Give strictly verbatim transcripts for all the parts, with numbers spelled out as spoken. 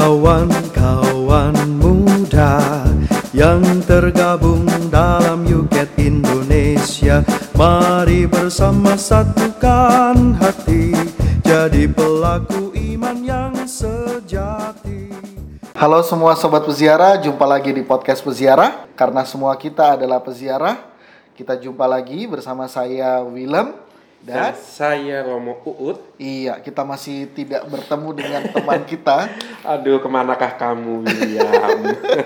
Kawan-kawan muda yang tergabung dalam U K E T Indonesia, mari bersama satukan hati, jadi pelaku iman yang sejati. Halo semua sobat peziarah, jumpa lagi di podcast peziarah. Karena semua kita adalah peziarah, kita jumpa lagi bersama saya Willem dan, dan saya Romo Uut. Iya, kita masih tidak bertemu dengan teman kita. Aduh, kemanakah kamu, William?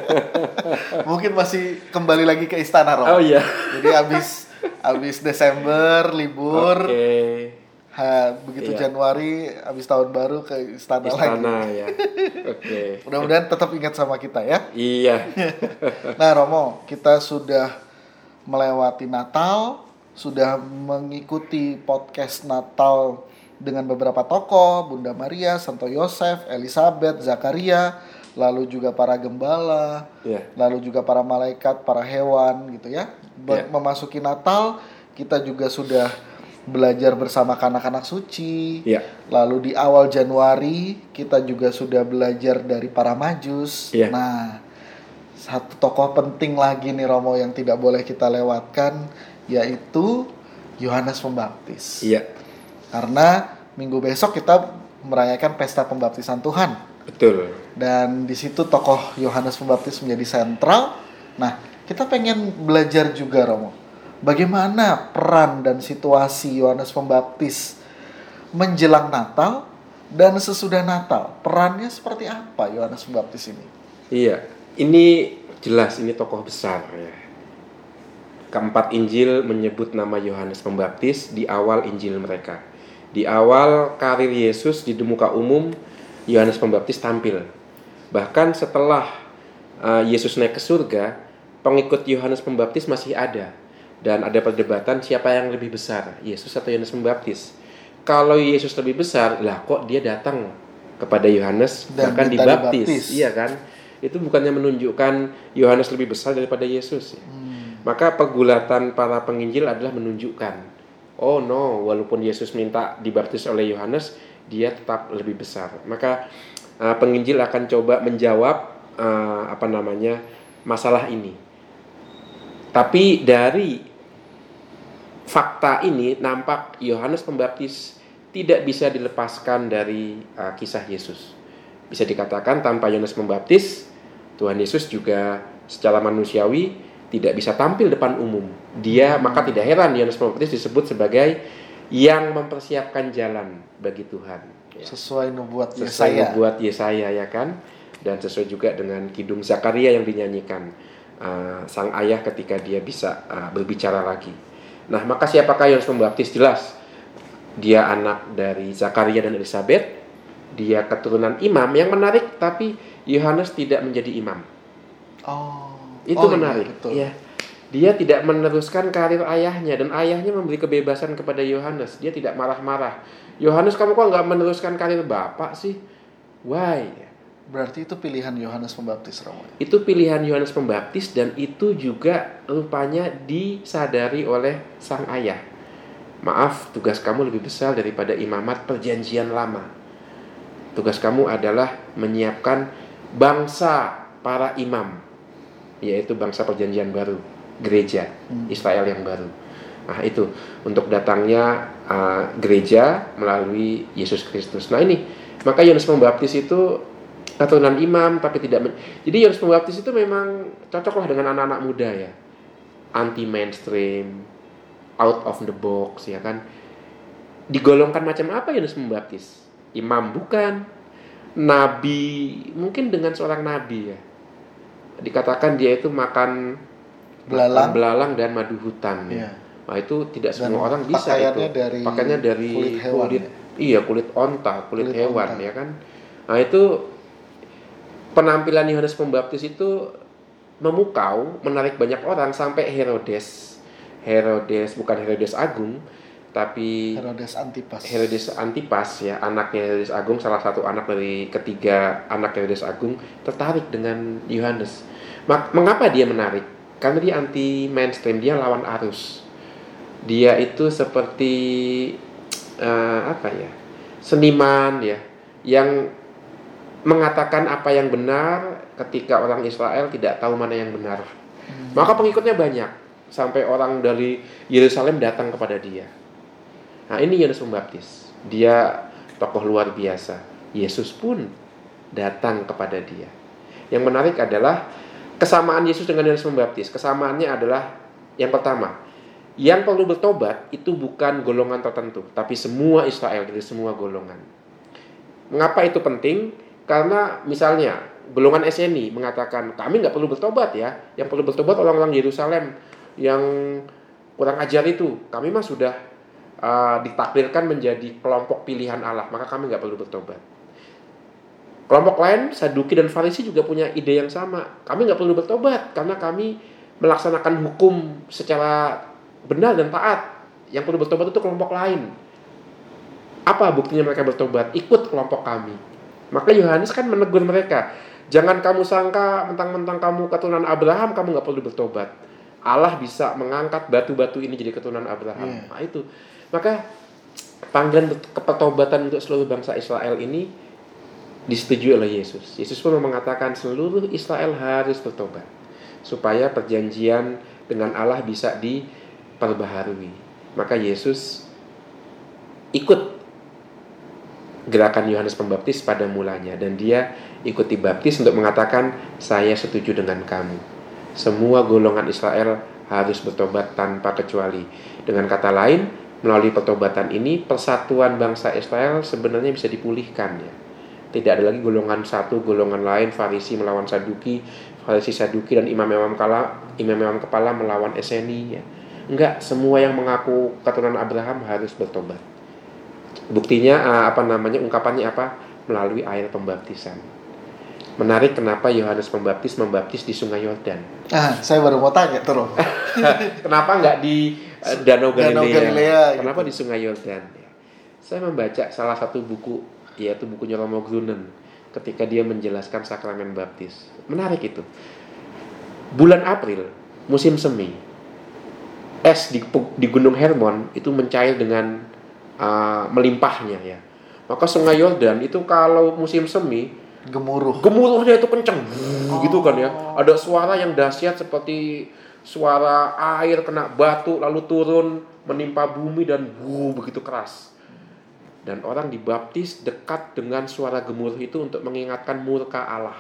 Mungkin masih kembali lagi ke istana, Romo. Oh iya. Jadi abis abis Desember libur. Oke. Okay. Ha, begitu iya. Januari abis tahun baru ke istana, istana lagi. Istana ya. Oke. Okay. Mudah-mudahan tetap ingat sama kita ya. Iya. Nah, Romo, kita sudah melewati Natal, sudah mengikuti podcast Natal dengan beberapa tokoh, Bunda Maria, Santo Yosef, Elizabeth, Zakaria, lalu juga para gembala, yeah. lalu juga para malaikat, para hewan gitu ya. Yeah. Memasuki Natal, kita juga sudah belajar bersama anak-anak suci. Yeah. Lalu di awal Januari, kita juga sudah belajar dari para majus. Yeah. Nah, satu tokoh penting lagi nih Romo yang tidak boleh kita lewatkan, yaitu Yohanes Pembaptis. Iya. Karena minggu besok kita merayakan pesta pembaptisan Tuhan. Betul. Dan di situ tokoh Yohanes Pembaptis menjadi sentral. Nah, kita pengen belajar juga, Romo, bagaimana peran dan situasi Yohanes Pembaptis menjelang Natal dan sesudah Natal. Perannya seperti apa Yohanes Pembaptis ini? Iya, ini jelas ini tokoh besar ya. Keempat Injil menyebut nama Yohanes Pembaptis di awal Injil mereka. Di awal karir Yesus di muka umum, Yohanes Pembaptis tampil. Bahkan setelah uh, Yesus naik ke surga, pengikut Yohanes Pembaptis masih ada. Dan ada perdebatan siapa yang lebih besar, Yesus atau Yohanes Pembaptis. Kalau Yesus lebih besar, lah kok dia datang kepada Yohanes bahkan dibaptis. Iya kan? Itu bukannya menunjukkan Yohanes lebih besar daripada Yesus ya? Hmm. Maka pergulatan para penginjil adalah menunjukkan, oh no, walaupun Yesus minta dibaptis oleh Yohanes, dia tetap lebih besar. Maka uh, penginjil akan coba menjawab uh, apa namanya masalah ini. Tapi dari fakta ini nampak Yohanes Pembaptis tidak bisa dilepaskan dari uh, kisah Yesus. Bisa dikatakan tanpa Yohanes Pembaptis, Tuhan Yesus juga secara manusiawi tidak bisa tampil depan umum. Dia maka tidak heran Yohanes Pembaptis disebut sebagai yang mempersiapkan jalan bagi Tuhan. Sesuai nubuat Yesaya. Sesuai nubuat Yesaya ya kan, dan sesuai juga dengan kidung Zakaria yang dinyanyikan uh, sang ayah ketika dia bisa uh, berbicara lagi. Nah, maka siapakah Yohanes Pembaptis? Jelas dia anak dari Zakaria dan Elizabeth. Dia keturunan imam. Yang menarik, tapi Yohanes tidak menjadi imam. Oh. Itu oh, menarik. Iya, ya. Dia tidak meneruskan karir ayahnya, dan ayahnya memberi kebebasan kepada Yohanes. Dia tidak marah-marah. Yohanes, kamu kok nggak meneruskan karir bapak sih? Why? Berarti itu pilihan Yohanes Pembaptis, Romo. Itu pilihan Yohanes Pembaptis, dan itu juga rupanya disadari oleh sang ayah. Maaf, tugas kamu lebih besar daripada imamat perjanjian lama. Tugas kamu adalah menyiapkan bangsa para imam, yaitu bangsa perjanjian baru, gereja hmm. Israel yang baru. Nah itu untuk datangnya uh, gereja melalui Yesus Kristus. Nah ini, maka Yohanes Pembaptis itu keturunan imam tapi tidak men- jadi Yohanes Pembaptis itu memang cocoklah dengan anak-anak muda ya, anti mainstream, out of the box ya kan. Digolongkan macam apa Yohanes Pembaptis? Imam bukan, nabi mungkin dengan seorang nabi ya. Dikatakan dia itu makan belalang, makan belalang dan madu hutan. Ya. Nah itu tidak dan semua orang bisa itu. Dari pakaiannya dari kulit hewan. Kulit, ya? Iya kulit onta, kulit, kulit hewan onta. Ya kan. Nah itu penampilan Yohanes Pembaptis itu memukau, menarik banyak orang sampai Herodes, Herodes bukan Herodes Agung, tapi Herodes Antipas. Herodes Antipas ya, anaknya Herodes Agung, salah satu anak dari ketiga anak Herodes Agung, tertarik dengan Yohanes. Mengapa dia menarik? Karena dia anti mainstream, dia lawan arus. Dia itu seperti uh, apa ya? Seniman ya, yang mengatakan apa yang benar ketika orang Israel tidak tahu mana yang benar. Hmm. Maka pengikutnya banyak sampai orang dari Yerusalem datang kepada dia. Nah, ini Yohanes Pembaptis. Dia tokoh luar biasa. Yesus pun datang kepada dia. Yang menarik adalah kesamaan Yesus dengan Yohanes Pembaptis. Kesamaannya adalah yang pertama, yang perlu bertobat itu bukan golongan tertentu, tapi semua Israel dari semua golongan. Mengapa itu penting? Karena misalnya golongan Eseni mengatakan kami nggak perlu bertobat ya, yang perlu bertobat orang-orang Yerusalem yang kurang ajar itu. Kami mah sudah uh, ditakdirkan menjadi kelompok pilihan Allah, maka kami nggak perlu bertobat. Kelompok lain, Saduki dan Farisi juga punya ide yang sama. Kami nggak perlu bertobat karena kami melaksanakan hukum secara benar dan taat. Yang perlu bertobat itu kelompok lain. Apa buktinya mereka bertobat? Ikut kelompok kami. Maka Yohanes kan menegur mereka, jangan kamu sangka mentang-mentang kamu keturunan Abraham kamu nggak perlu bertobat. Allah bisa mengangkat batu-batu ini jadi keturunan Abraham. Yeah. Nah itu. Maka panggilan kepertobatan untuk seluruh bangsa Israel ini disetujui oleh Yesus. Yesus pun mengatakan seluruh Israel harus bertobat supaya perjanjian dengan Allah bisa diperbaharui. Maka Yesus ikut gerakan Yohanes Pembaptis pada mulanya dan dia ikut dibaptis untuk mengatakan saya setuju dengan kamu. Semua golongan Israel harus bertobat tanpa kecuali. Dengan kata lain, melalui pertobatan ini persatuan bangsa Israel sebenarnya bisa dipulihkan ya. Tidak ada lagi golongan satu, golongan lain, Farisi melawan Saduki, Farisi Saduki dan imam-imam kepala, imam-imam kepala melawan Eseni ya. Enggak, semua yang mengaku keturunan Abraham harus bertobat. Buktinya apa namanya ungkapannya apa? Melalui air pembaptisan. Menarik kenapa Yohanes Pembaptis membaptis di Sungai Yordan. Ah, saya baru mau tanya terus. Kenapa nggak di uh, Danau Galilea? Danau Galilea Kenapa gitu. Di Sungai Yordan? Saya membaca salah satu buku, yaitu bukunya Romo Grunen, ketika dia menjelaskan sakramen baptis. Menarik itu. Bulan April, musim semi, es di, di Gunung Hermon itu mencair dengan Uh, melimpahnya ya. Maka Sungai Yordan itu kalau musim semi gemuruh. Gemuruhnya itu kenceng oh. gitu kan ya. Ada suara yang dahsyat seperti suara air kena batu lalu turun menimpa bumi dan wuh, begitu keras. Dan orang dibaptis dekat dengan suara gemuruh itu untuk mengingatkan murka Allah.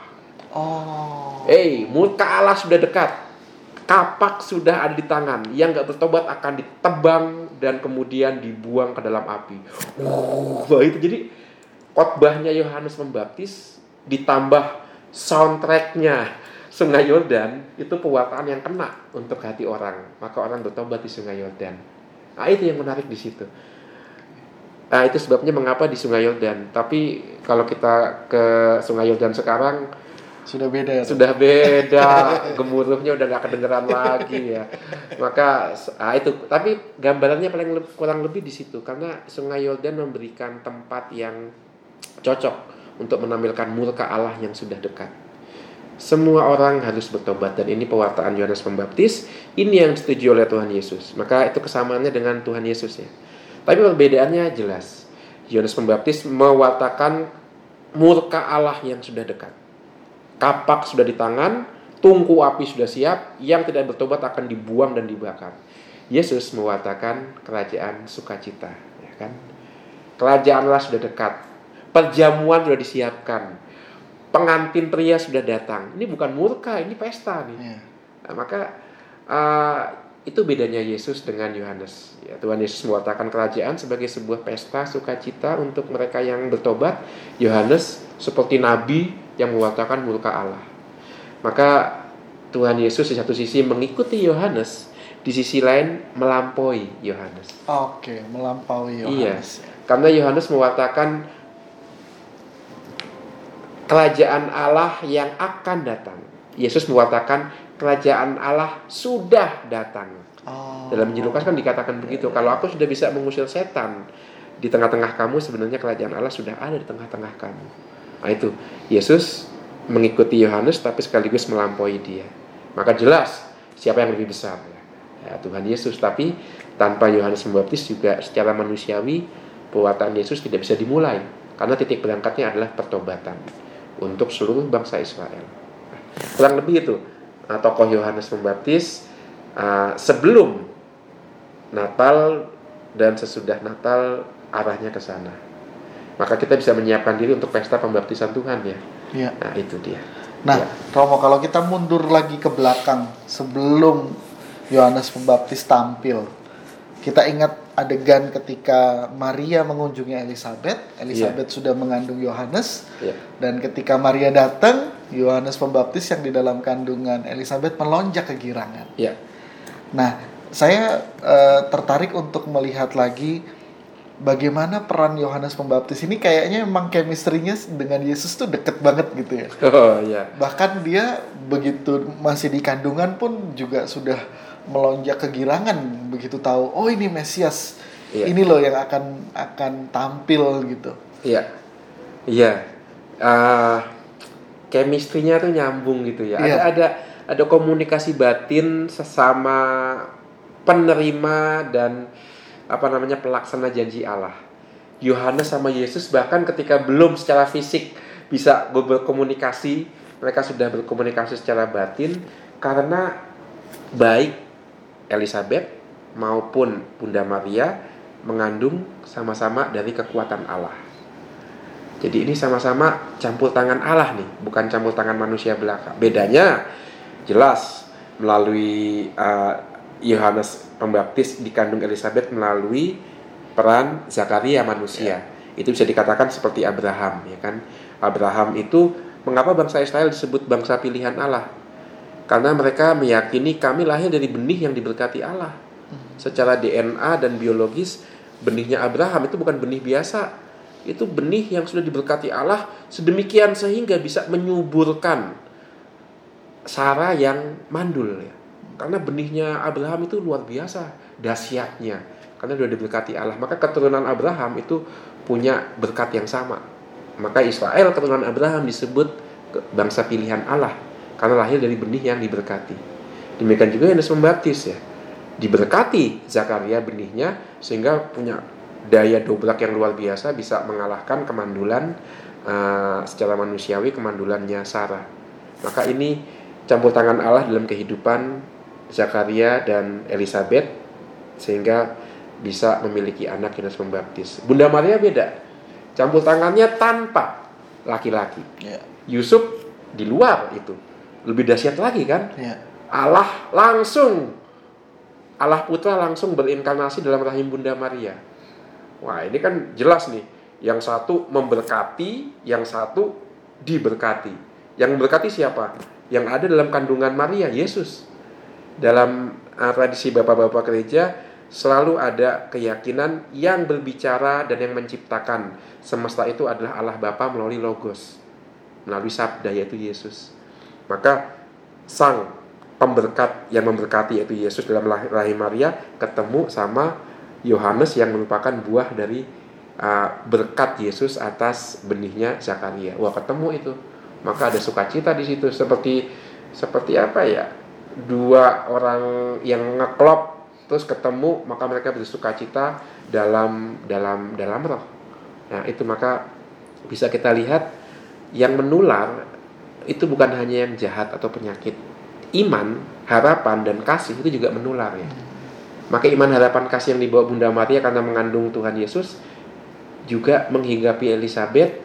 Oh. Eh, hey, murka Allah sudah dekat. Kapak sudah ada di tangan. Yang gak bertobat akan ditebang dan kemudian dibuang ke dalam api. Wah, itu jadi khotbahnya Yohanes Pembaptis ditambah soundtracknya Sungai Yordan, itu pewartaan yang kena untuk hati orang. Maka orang bertobat di Sungai Yordan. Nah, itu yang menarik di situ. Nah, itu sebabnya mengapa di Sungai Yordan. Tapi kalau kita ke Sungai Yordan sekarang sudah beda. Sudah beda, gemuruhnya udah nggak kedengeran lagi ya. Maka ah itu, tapi gambarannya paling le- kurang lebih di situ karena Sungai Yordan memberikan tempat yang cocok untuk menampilkan murka Allah yang sudah dekat. Semua orang harus bertobat dan ini pewartaan Yohanes Pembaptis. Ini yang disetujui oleh Tuhan Yesus. Maka itu kesamaannya dengan Tuhan Yesus ya. Tapi perbedaannya jelas. Yohanes Pembaptis mewartakan murka Allah yang sudah dekat. Kapak sudah di tangan, tungku api sudah siap, yang tidak bertobat akan dibuang dan dibakar. Yesus mewartakan kerajaan sukacita, ya kan? Kerajaan Allah sudah dekat, perjamuan sudah disiapkan, pengantin pria sudah datang. Ini bukan murka, ini pesta nih. Yeah. Nah, maka uh, itu bedanya Yesus dengan Yohanes. Ya, Tuhan Yesus mewartakan kerajaan sebagai sebuah pesta sukacita untuk mereka yang bertobat. Yohanes seperti nabi yang mewartakan murka Allah. Maka Tuhan Yesus di satu sisi mengikuti Yohanes, di sisi lain melampaui Yohanes. Oke, melampaui Yohanes. Iya, karena Yohanes mewartakan kerajaan Allah yang akan datang. Yesus mewartakan kerajaan Allah sudah datang. Oh. Dalam Injil Lukas kan dikatakan begitu. Kalau aku sudah bisa mengusir setan di tengah-tengah kamu, sebenarnya kerajaan Allah sudah ada di tengah-tengah kamu. Nah itu, Yesus mengikuti Yohanes tapi sekaligus melampaui dia. Maka jelas siapa yang lebih besar ya, ya Tuhan Yesus. Tapi tanpa Yohanes Pembaptis juga secara manusiawi pewartaan Yesus tidak bisa dimulai karena titik berangkatnya adalah pertobatan. untuk seluruh bangsa Israel. Kurang lebih itu uh, tokoh Yohanes Pembaptis uh, sebelum Natal dan sesudah Natal arahnya ke sana. Maka kita bisa menyiapkan diri untuk pesta pembaptisan Tuhan ya. Ya. Nah itu dia. Nah, ya. Romo, kalau kita mundur lagi ke belakang sebelum Yohanes Pembaptis tampil, kita ingat adegan ketika Maria mengunjungi Elizabeth. Elizabeth ya. sudah mengandung Yohanes, ya. dan ketika Maria datang, Yohanes Pembaptis yang di dalam kandungan Elizabeth melonjak kegirangan. Ya. Nah, saya uh, tertarik untuk melihat lagi bagaimana peran Yohanes Pembaptis ini. Kayaknya memang chemistry-nya dengan Yesus tuh deket banget gitu ya. Oh iya. Bahkan dia begitu masih di kandungan pun juga sudah melonjak kegirangan begitu tahu, oh ini Mesias, iya. ini loh yang akan akan tampil gitu. Iya, iya. Uh, chemistry-nya tuh nyambung gitu ya. Ada iya. ada ada komunikasi batin sesama penerima dan apa namanya pelaksana janji Allah. Yohanes sama Yesus bahkan ketika belum secara fisik bisa berkomunikasi, mereka sudah berkomunikasi secara batin karena baik Elizabeth maupun Bunda Maria mengandung sama-sama dari kekuatan Allah. Jadi ini sama-sama campur tangan Allah nih, bukan campur tangan manusia belaka. Bedanya jelas melalui uh, Yohanes Pembaptis dikandung Elizabeth melalui peran Zakaria manusia. Ya. Itu bisa dikatakan seperti Abraham, ya kan? Abraham itu mengapa bangsa Israel disebut bangsa pilihan Allah? Karena mereka meyakini kami lahir dari benih yang diberkati Allah. Secara D N A dan biologis, benihnya Abraham itu bukan benih biasa. Itu benih yang sudah diberkati Allah sedemikian sehingga bisa menyuburkan Sarah yang mandul ya. Karena benihnya Abraham itu luar biasa dahsyatnya, karena sudah diberkati Allah. Maka keturunan Abraham itu punya berkat yang sama. Maka Israel keturunan Abraham disebut bangsa pilihan Allah karena lahir dari benih yang diberkati. Demikian juga Yohanes Pembaptis ya, diberkati Zakaria benihnya sehingga punya daya dobrak yang luar biasa, bisa mengalahkan kemandulan uh, secara manusiawi, kemandulannya Sarah. Maka ini campur tangan Allah dalam kehidupan Zakaria dan Elizabeth sehingga bisa memiliki anak Yohanes Pembaptis. Bunda Maria beda, campur tangannya tanpa laki-laki. Yeah. Yusuf di luar itu lebih dahsyat lagi kan? Yeah. Allah langsung, Allah Putra langsung berinkarnasi dalam rahim Bunda Maria. Wah ini kan jelas nih, yang satu memberkati, yang satu diberkati. Yang memberkati siapa? Yang ada dalam kandungan Maria, Yesus. Dalam uh, tradisi bapak-bapak gereja selalu ada keyakinan yang berbicara dan yang menciptakan semesta itu adalah Allah Bapa melalui Logos, melalui sabda yaitu Yesus. Maka sang pemberkat yang memberkati yaitu Yesus dalam rahim Maria ketemu sama Yohanes yang merupakan buah dari uh, berkat Yesus atas benihnya Zakaria. Wah ketemu itu, maka ada sukacita di situ. Seperti seperti apa ya? Dua orang yang ngeklop terus ketemu, maka mereka bersukacita dalam dalam dalam roh. Nah itu maka bisa kita lihat yang menular itu bukan hanya yang jahat atau penyakit. Iman, harapan dan kasih itu juga menular ya. Maka iman, harapan, kasih yang dibawa Bunda Maria karena mengandung Tuhan Yesus juga menghinggapi Elizabeth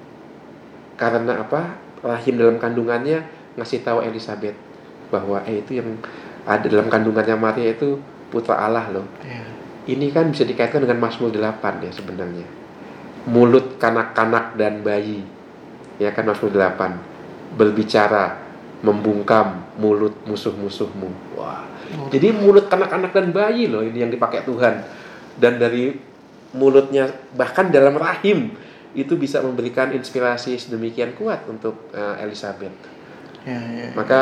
karena apa? Rahim dalam kandungannya ngasih tahu Elizabeth bahwa eh itu yang ada dalam kandungannya Maria itu putra Allah loh. Yeah. Ini kan bisa dikaitkan dengan Mazmur delapan ya sebenarnya. Mulut kanak-kanak dan bayi. Ya kan Mazmur delapan. Berbicara, membungkam mulut musuh-musuhmu. Wah. Oh. Jadi mulut kanak-kanak dan bayi loh ini yang dipakai Tuhan. Dan dari mulutnya bahkan dalam rahim itu bisa memberikan inspirasi sedemikian kuat untuk uh, Elizabeth. Yeah, yeah. Maka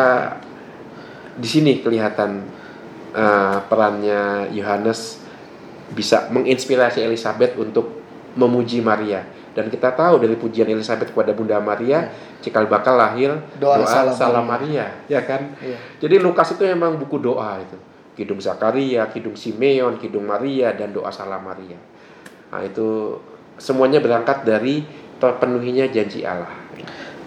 di sini kelihatan uh, perannya Yohanes bisa menginspirasi Elizabeth untuk memuji Maria. Dan kita tahu dari pujian Elizabeth kepada Bunda Maria, ya. cikal bakal lahir doa, doa salam, salam Maria. Maria, ya kan? Ya. Jadi Lukas itu memang buku doa itu. Kidung Zakaria, Kidung Simeon, Kidung Maria, dan doa salam Maria. Nah itu semuanya berangkat dari terpenuhinya janji Allah.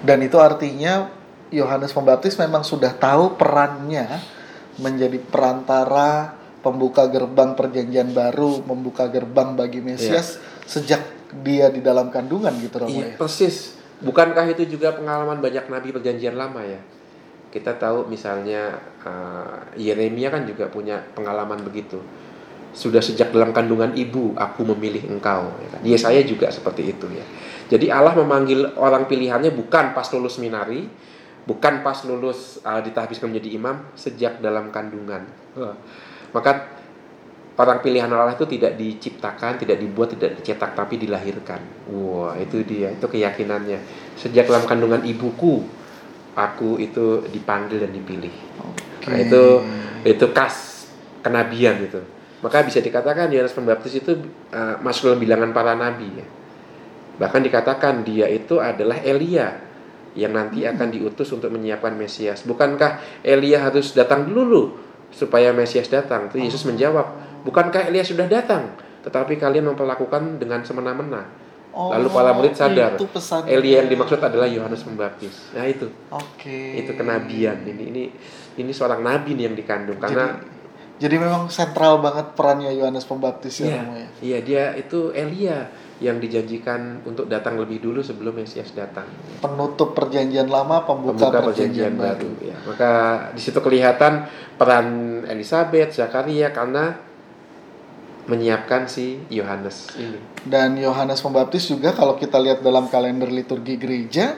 Dan itu artinya Yohanes Pembaptis memang sudah tahu perannya menjadi perantara, pembuka gerbang perjanjian baru, membuka gerbang bagi Mesias yeah. sejak dia di dalam kandungan gitu Romo. Iya, ya? persis. Bukankah itu juga pengalaman banyak nabi perjanjian lama ya? Kita tahu misalnya uh, Yeremia kan juga punya pengalaman begitu. Sudah sejak dalam kandungan ibu aku memilih engkau. Ya kan? Yesaya juga seperti itu ya. Jadi Allah memanggil orang pilihannya bukan pas lulus seminari, bukan pas lulus uh, ditahbiskan menjadi imam, sejak dalam kandungan. Uh. Maka orang pilihan Allah itu tidak diciptakan, tidak dibuat, tidak dicetak, tapi dilahirkan. Wah, itu dia, itu keyakinannya. Sejak dalam kandungan ibuku, aku itu dipanggil dan dipilih. Okay. Nah, itu itu khas kenabian itu. Maka bisa dikatakan Yohanes Pembaptis itu uh, masuk dalam bilangan para nabi. Ya. Bahkan dikatakan dia itu adalah Elia yang nanti akan diutus untuk menyiapkan Mesias. Bukankah Elia harus datang dulu supaya Mesias datang? Itu Yesus menjawab, bukankah Elia sudah datang, tetapi kalian memperlakukan dengan semena-mena. Oh, lalu para murid sadar Elia yang dimaksud adalah Yohanes Pembaptis. Nah itu, okay. itu kenabian. Ini ini ini seorang nabi nih yang dikandung. Karena jadi, jadi memang sentral banget perannya Yohanes Pembaptis ya, iya, ya. Iya, dia itu Elia yang dijanjikan untuk datang lebih dulu sebelum Mesias datang. Penutup perjanjian lama, pembuka, pembuka perjanjian, perjanjian baru. baru. Ya, maka di situ kelihatan peran Elisabet, Zakaria karena menyiapkan si Yohanes ini. Dan Yohanes Pembaptis juga kalau kita lihat dalam kalender liturgi gereja,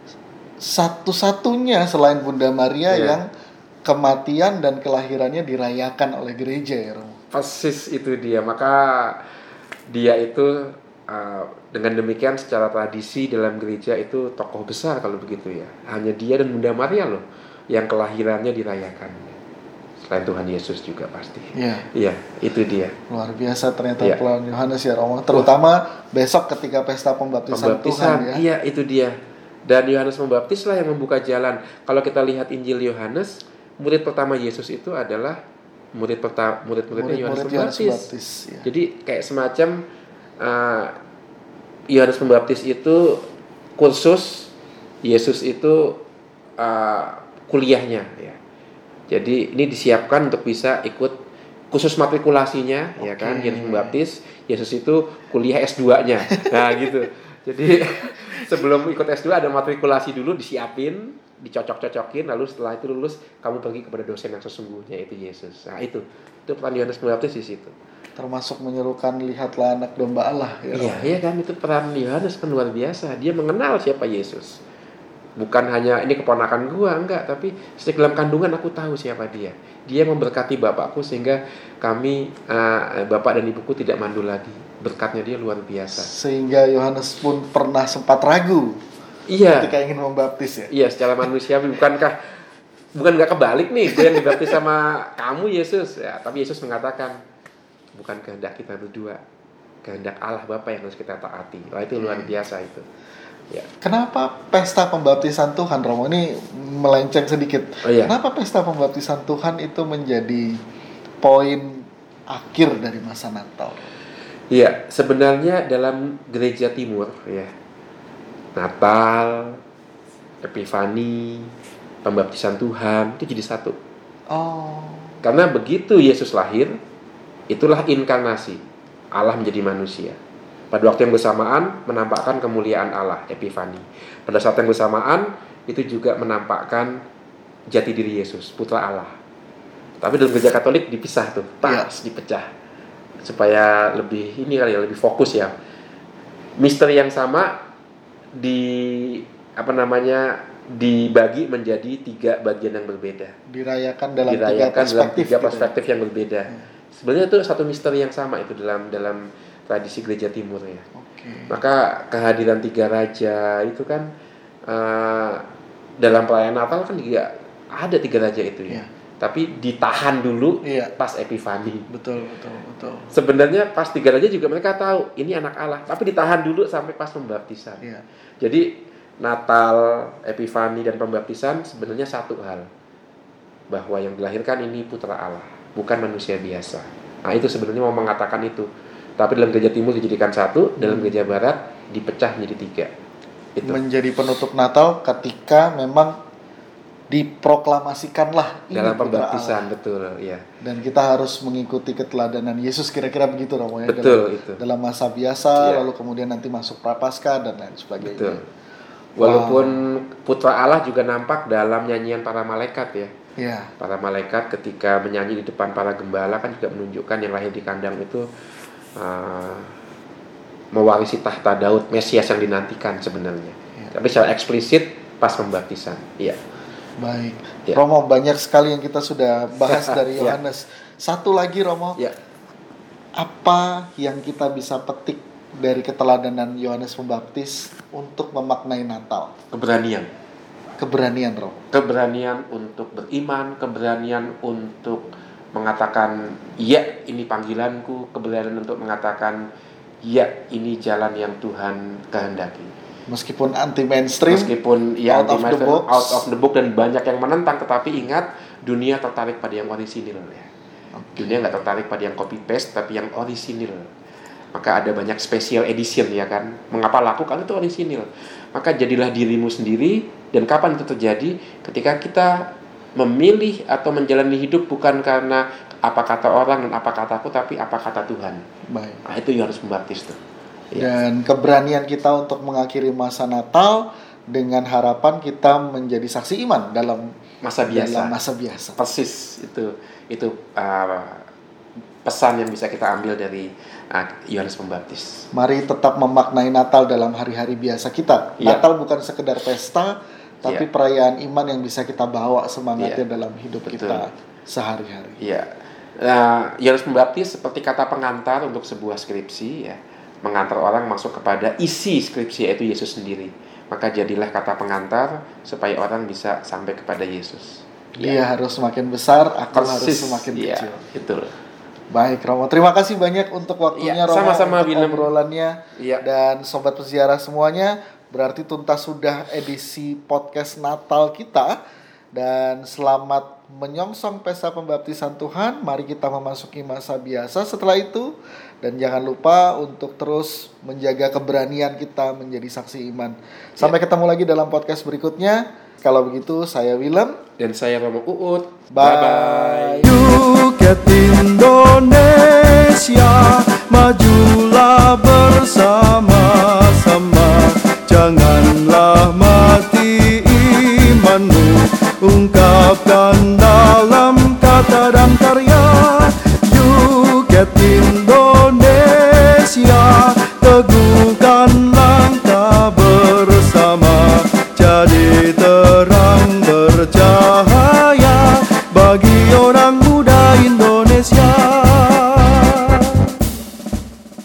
satu-satunya selain Bunda Maria ya. yang kematian dan kelahirannya dirayakan oleh gereja ya, Romo. Persis itu dia. Maka dia itu Uh, dengan demikian secara tradisi dalam gereja itu tokoh besar kalau begitu ya. Hanya dia dan Bunda Maria loh yang kelahirannya dirayakan. Selain Tuhan Yesus juga pasti. Iya. Iya, itu dia. Luar biasa ternyata ya. Peran Yohanes ya Romo. Terutama oh. besok ketika pesta pembaptisan, pembaptisan Tuhan ya. Iya, itu dia. Dan Yohanes Pembaptis lah yang membuka jalan. Kalau kita lihat Injil Yohanes, murid pertama Yesus itu adalah murid pertama murid-muridnya Yohanes Pembaptis. Ya. Jadi kayak semacam Yohanes uh, Pembaptis itu kursus, Yesus itu uh, kuliahnya ya. Jadi ini disiapkan untuk bisa ikut khusus matrikulasinya okay. ya kan. Yohanes Pembaptis, Yesus itu kuliah S dua-nya. Nah gitu. Jadi sebelum ikut S dua ada matrikulasi dulu, disiapin, dicocok-cocokin, lalu setelah itu lulus kamu pergi kepada dosen yang sesungguhnya, itu Yesus. Nah itu itu peran Yohanes Pembaptis di situ. Termasuk menyerukan lihatlah anak domba Allah ya. Iya, iya kan, itu peran Yohanes kan luar biasa. Dia mengenal siapa Yesus. Bukan hanya ini keponakan gua, enggak, tapi sejak dalam kandungan aku tahu siapa dia. Dia memberkati bapakku sehingga kami uh, bapak dan ibuku tidak mandul lagi. Berkatnya dia luar biasa. Sehingga Yohanes pun pernah sempat ragu. Iya. Ketika ingin membaptis ya. Iya, secara manusiawi bukankah bukan enggak kebalik nih, gue yang dibaptis sama kamu Yesus. Ya, tapi Yesus mengatakan bukan kehendak kita berdua, kehendak Allah Bapa yang harus kita taati. Wah itu luar biasa itu. Ya. Kenapa pesta pembaptisan Tuhan, Romo, ini melenceng sedikit? Oh, iya. Kenapa pesta pembaptisan Tuhan itu menjadi poin akhir dari masa Natal? Iya, sebenarnya dalam gereja Timur, ya, Natal, Epifani, pembaptisan Tuhan itu jadi satu. Oh. Karena begitu Yesus lahir, itulah inkarnasi, Allah menjadi manusia. Pada waktu yang bersamaan menampakkan kemuliaan Allah, Epifani. Pada saat yang bersamaan itu juga menampakkan jati diri Yesus, Putra Allah. Tapi dalam gereja Katolik dipisah tuh, pas ya. Dipecah supaya lebih ini kali ya, lebih fokus ya. Misteri yang sama di apa namanya dibagi menjadi tiga bagian yang berbeda. Dirayakan dalam Dirayakan tiga perspektif, dalam tiga perspektif gitu ya? yang berbeda. Ya. Sebenarnya itu satu misteri yang sama itu dalam dalam tradisi gereja Timur ya. Okay. Maka kehadiran tiga raja itu kan uh, dalam perayaan Natal kan juga ada tiga raja itu ya. Yeah. Tapi ditahan dulu yeah. pas Epifani. Betul, betul, betul. Sebenarnya pas tiga raja juga mereka tahu ini anak Allah, tapi ditahan dulu sampai pas pembaptisan. Yeah. Jadi Natal, Epifani dan pembaptisan sebenarnya satu hal. Bahwa yang dilahirkan ini Putra Allah, bukan manusia biasa. Nah, itu sebenarnya mau mengatakan itu. Tapi dalam gereja Timur dijadikan satu, dalam gereja Barat dipecah menjadi tiga. itu. menjadi penutup Natal ketika memang diproklamasikanlah ini Dalam putra pembaptisan, Allah. betul, ya. Dan kita harus mengikuti keteladanan Yesus, kira-kira begitu Romo ya. Betul, dalam, itu. dalam masa biasa, Iya. lalu kemudian nanti masuk Prapaskah dan lain sebagainya. Betul. Walaupun putra Allah juga nampak dalam nyanyian para malaikat ya. Ya. Para malaikat ketika menyanyi di depan para gembala kan juga menunjukkan yang lahir di kandang itu uh, mewarisi tahta Daud, Mesias yang dinantikan sebenarnya. Ya. Tapi secara eksplisit pas pembaptisan. Iya. Baik. Ya. Romo, banyak sekali yang kita sudah bahas dari Ya. Yohanes. Satu lagi Romo, Ya. apa yang kita bisa petik dari keteladanan Yohanes Pembaptis untuk memaknai Natal? Keberanian. Keberanian Romo. Keberanian untuk beriman, keberanian untuk mengatakan ya ini panggilanku, keberanian untuk mengatakan ya ini jalan yang Tuhan kehendaki. Meskipun anti mainstream, Meskipun ya out of the anti-mainstream, box. out of the book dan banyak yang menentang, tetapi ingat dunia tertarik pada yang orisinil ya. Okay. Dunia nggak tertarik pada yang copy paste, tapi yang orisinil. Maka ada banyak special edition ya kan. Mengapa laku? Karena itu orisinil. Maka jadilah dirimu sendiri. Dan kapan itu terjadi? Ketika kita memilih atau menjalani hidup bukan karena apa kata orang dan apa kataku, tapi apa kata Tuhan. Baik. Nah, itu Yohanes Pembaptis tuh. Ya. Dan keberanian kita untuk mengakhiri masa Natal dengan harapan kita menjadi saksi iman dalam Masa biasa. dalam masa biasa. Persis itu itu uh, pesan yang bisa kita ambil dari uh, Yohanes Pembaptis. Mari tetap memaknai Natal dalam hari-hari biasa kita. Ya. Natal bukan sekedar pesta, tapi Ya. perayaan iman yang bisa kita bawa semangatnya Ya. dalam hidup Betul. kita sehari-hari. Iya. Nah, Yohanes Pembaptis seperti kata pengantar untuk sebuah skripsi ya, mengantar orang masuk kepada isi skripsi, yaitu Yesus sendiri. Maka jadilah kata pengantar supaya orang bisa sampai kepada Yesus. Dia harus semakin besar, aku harus Persis. semakin Iya, kecil. itu. Baik Romo, terima kasih banyak untuk waktunya Iya, Romo, sama-sama, untuk Willem. obrolannya. Iya. Dan sobat peziarah semuanya, berarti tuntas sudah edisi podcast Natal kita. Dan selamat menyongsong pesta pembaptisan Tuhan. Mari kita memasuki masa biasa setelah itu. Dan jangan lupa untuk terus menjaga keberanian kita menjadi saksi iman. Sampai Ya. ketemu lagi dalam podcast berikutnya. Kalau begitu, saya Willem. Dan saya Romo Uut. Bye. Bye-bye. Yuket Indonesia, majulah.